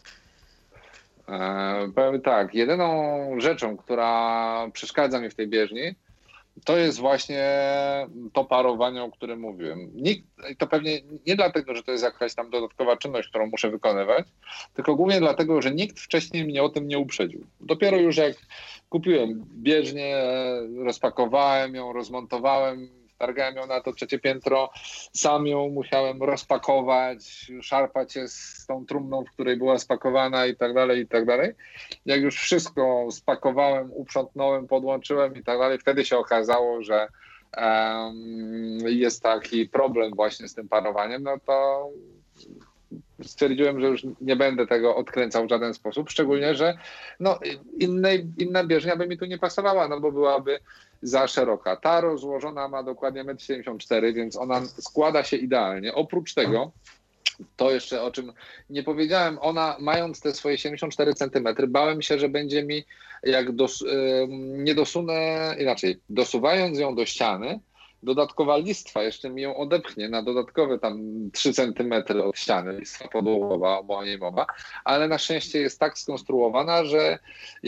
E, powiem tak, jedyną rzeczą, która przeszkadza mi w tej bieżni, to jest właśnie to parowanie, o którym mówiłem. Nikt, to pewnie nie dlatego, że to jest jakaś tam dodatkowa czynność, którą muszę wykonywać, tylko głównie dlatego, że nikt wcześniej mnie o tym nie uprzedził. Dopiero już jak kupiłem bieżnię, rozpakowałem ją, rozmontowałem, wtargałem ją na to trzecie piętro, sam ją musiałem rozpakować, szarpać się z tą trumną, w której była spakowana i tak dalej, i tak dalej. Jak już wszystko spakowałem, uprzątnąłem, podłączyłem i tak dalej, wtedy się okazało, że um, jest taki problem właśnie z tym parowaniem, no to stwierdziłem, że już nie będę tego odkręcał w żaden sposób, szczególnie, że no, innej, inna bieżnia by mi tu nie pasowała, no bo byłaby za szeroka. Ta rozłożona ma dokładnie metr siedemdziesiąt cztery, więc ona składa się idealnie. Oprócz tego, to jeszcze o czym nie powiedziałem, ona mając te swoje siedemdziesiąt cztery centymetry, bałem się, że będzie mi, jak dos, nie dosunę, inaczej, dosuwając ją do ściany, dodatkowa listwa jeszcze mi ją odepchnie na dodatkowe tam trzy centymetry od ściany, listwa podłogowa, o niej mowa, ale na szczęście jest tak skonstruowana, że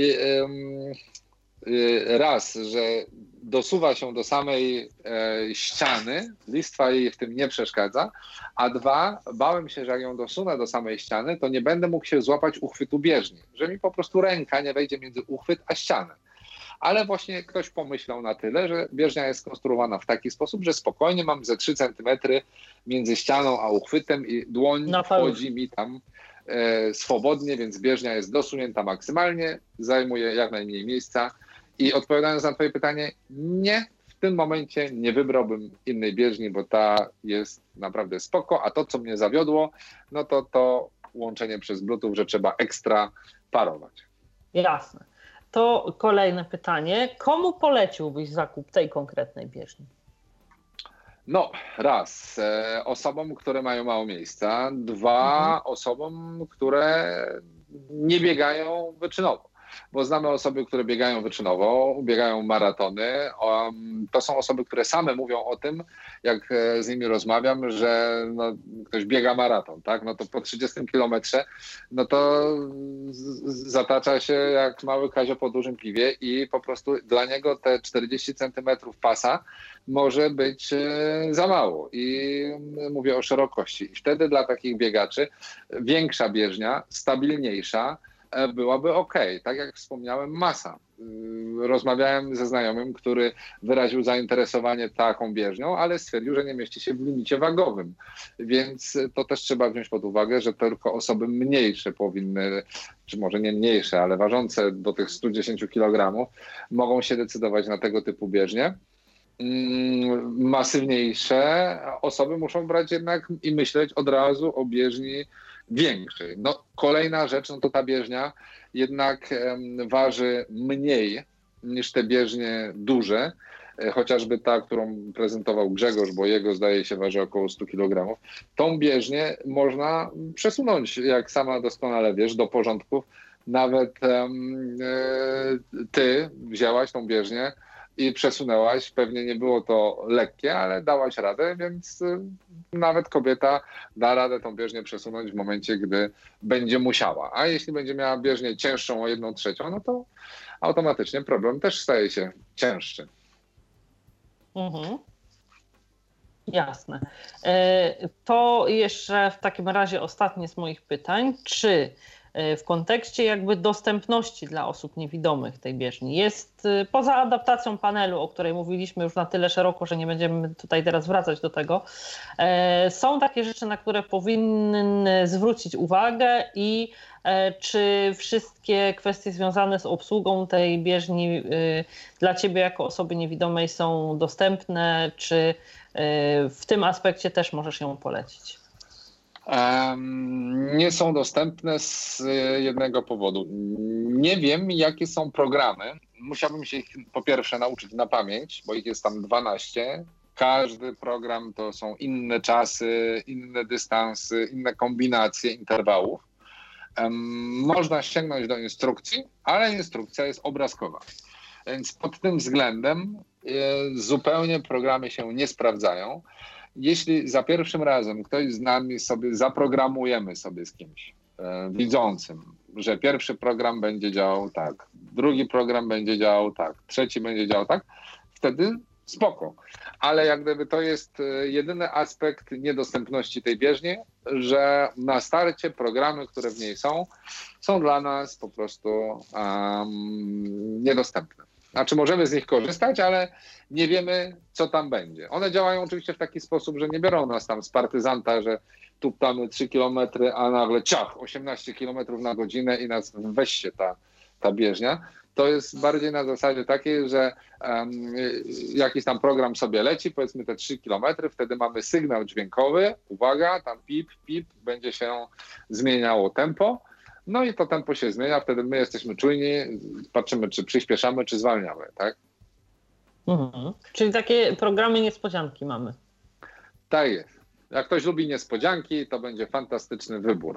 raz, że dosuwa się do samej ściany, listwa jej w tym nie przeszkadza, a dwa, bałem się, że jak ją dosunę do samej ściany, to nie będę mógł się złapać uchwytu bieżni, że mi po prostu ręka nie wejdzie między uchwyt a ścianę. Ale właśnie ktoś pomyślał na tyle, że bieżnia jest skonstruowana w taki sposób, że spokojnie mam ze trzy centymetry między ścianą a uchwytem i dłoń no wchodzi mi tam e, swobodnie, więc bieżnia jest dosunięta maksymalnie, zajmuje jak najmniej miejsca. I odpowiadając na Twoje pytanie, nie, w tym momencie nie wybrałbym innej bieżni, bo ta jest naprawdę spoko, a to, co mnie zawiodło, no to to łączenie przez Bluetooth, że trzeba ekstra parować. Jasne. to kolejne pytanie. Komu poleciłbyś zakup tej konkretnej bieżni? No, raz, e, osobom, które mają mało miejsca, dwa, mhm. osobom, które nie biegają wyczynowo. Bo znamy osoby, które biegają wyczynowo, biegają maratony. Um, to są osoby, które same mówią o tym, jak z nimi rozmawiam, że no, ktoś biega maraton, tak? No to po trzydziestym kilometrze, no to z- zatacza się jak mały Kazio po dużym piwie i po prostu dla niego te czterdzieści centymetrów pasa może być e, za mało. I mówię o szerokości. I wtedy dla takich biegaczy większa bieżnia, stabilniejsza, byłaby ok. Tak jak wspomniałem, masa. Rozmawiałem ze znajomym, który wyraził zainteresowanie taką bieżnią, ale stwierdził, że nie mieści się w limicie wagowym. Więc to też trzeba wziąć pod uwagę, że tylko osoby mniejsze powinny, czy może nie mniejsze, ale ważące do tych stu dziesięciu kilogramów, mogą się decydować na tego typu bieżnie. Masywniejsze osoby muszą brać jednak i myśleć od razu o bieżni większej. No, kolejna rzecz, no to ta bieżnia jednak um, waży mniej niż te bieżnie duże, e, chociażby ta, którą prezentował Grzegorz, bo jego zdaje się waży około stu kilogramów. Tą bieżnię można przesunąć, jak sama doskonale wiesz, do porządków. Nawet um, e, ty wzięłaś tą bieżnię i przesunęłaś. Pewnie nie było to lekkie, ale dałaś radę, więc nawet kobieta da radę tą bieżnię przesunąć w momencie, gdy będzie musiała. A jeśli będzie miała bieżnię cięższą o jedną trzecią, no to automatycznie problem też staje się cięższy. Mhm. Jasne. To jeszcze w takim razie ostatnie z moich pytań. Czy w kontekście jakby dostępności dla osób niewidomych tej bieżni jest, poza adaptacją panelu, o której mówiliśmy już na tyle szeroko, że nie będziemy tutaj teraz wracać do tego, są takie rzeczy, na które powinny zwrócić uwagę i czy wszystkie kwestie związane z obsługą tej bieżni dla Ciebie jako osoby niewidomej są dostępne, czy w tym aspekcie też możesz ją polecić? Um, nie są dostępne z jednego powodu. Nie wiem, jakie są programy. Musiałbym się ich po pierwsze nauczyć na pamięć, bo ich jest tam dwanaście. Każdy program to są inne czasy, inne dystanse, inne kombinacje interwałów. Um, można sięgnąć do instrukcji, ale instrukcja jest obrazkowa. Więc pod tym względem e, zupełnie programy się nie sprawdzają. Jeśli za pierwszym razem ktoś z nami sobie zaprogramujemy sobie z kimś e, widzącym, że pierwszy program będzie działał tak, drugi program będzie działał tak, trzeci będzie działał tak, wtedy spoko. Ale jak gdyby to jest jedyny aspekt niedostępności tej bieżni, że na starcie programy, które w niej są, są dla nas po prostu um, niedostępne. Znaczy możemy z nich korzystać, ale nie wiemy, co tam będzie. One działają oczywiście w taki sposób, że nie biorą nas tam z partyzanta, że tuptamy trzy kilometry, a nagle ciach, osiemnaście kilometrów na godzinę i nas weź się ta, ta bieżnia. To jest bardziej na zasadzie takiej, że um, jakiś tam program sobie leci, powiedzmy te trzy kilometry, wtedy mamy sygnał dźwiękowy, uwaga, tam pip, pip, będzie się zmieniało tempo. No i to tempo się zmienia, wtedy my jesteśmy czujni, patrzymy, czy przyspieszamy, czy zwalniamy, tak? Mhm. Czyli takie programy niespodzianki mamy. Tak jest. Jak ktoś lubi niespodzianki, to będzie fantastyczny wybór.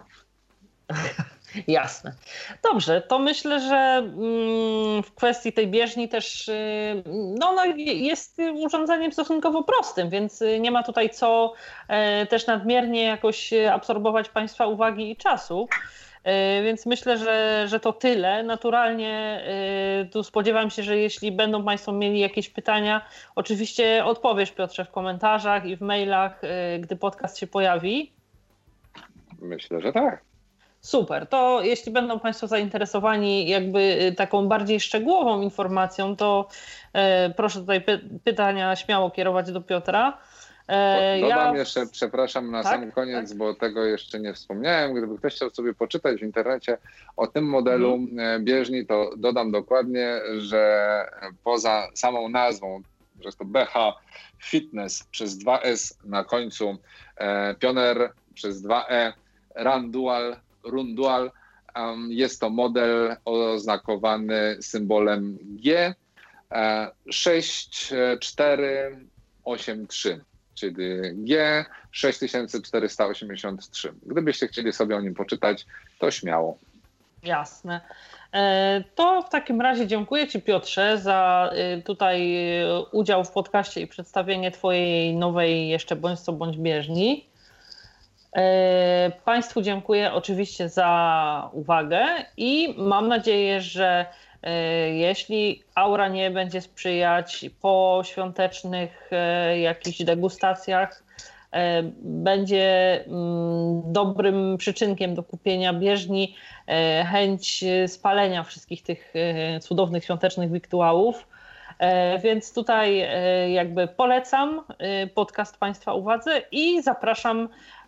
Jasne. Dobrze, to myślę, że w kwestii tej bieżni też no, no jest urządzeniem stosunkowo prostym, więc nie ma tutaj co też nadmiernie jakoś absorbować Państwa uwagi i czasu. Więc myślę, że, że to tyle. Naturalnie tu spodziewam się, że jeśli będą Państwo mieli jakieś pytania, oczywiście odpowiesz, Piotrze, w komentarzach i w mailach, gdy podcast się pojawi. Myślę, że tak. Super. To jeśli będą Państwo zainteresowani jakby taką bardziej szczegółową informacją, to proszę tutaj py- pytania śmiało kierować do Piotra. Dodam ja... jeszcze, przepraszam, na tak, sam koniec, tak? Bo tego jeszcze nie wspomniałem. Gdyby ktoś chciał sobie poczytać w internecie o tym modelu mhm. bieżni, to dodam dokładnie, że poza samą nazwą, że jest to B H Fitness przez dwa S na końcu, Pioneer przez dwa E, Rundual, Rundual, Jest to model oznakowany symbolem G sześć cztery osiem trzy, czyli G sześć tysięcy czterysta osiemdziesiąt trzy. Gdybyście chcieli sobie o nim poczytać, to śmiało. Jasne. To w takim razie dziękuję Ci, Piotrze, za tutaj udział w podcaście i przedstawienie Twojej nowej jeszcze bądź co bądź bieżni. Państwu dziękuję oczywiście za uwagę i mam nadzieję, że jeśli aura nie będzie sprzyjać po świątecznych jakichś degustacjach, będzie dobrym przyczynkiem do kupienia bieżni chęć spalenia wszystkich tych cudownych świątecznych wiktuałów. Więc tutaj jakby polecam podcast Państwa uwadze i zapraszam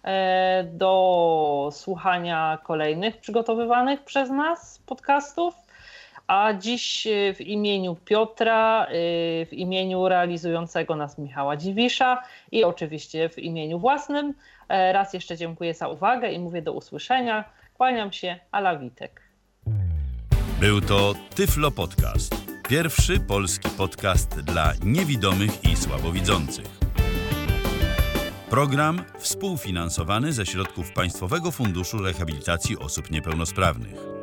do słuchania kolejnych przygotowywanych przez nas podcastów. A dziś w imieniu Piotra, w imieniu realizującego nas Michała Dziwisza i oczywiście w imieniu własnym raz jeszcze dziękuję za uwagę i mówię do usłyszenia. Kłaniam się, Ala Witek. Był to Tyflo Podcast. Pierwszy polski podcast dla niewidomych i słabowidzących. Program współfinansowany ze środków Państwowego Funduszu Rehabilitacji Osób Niepełnosprawnych.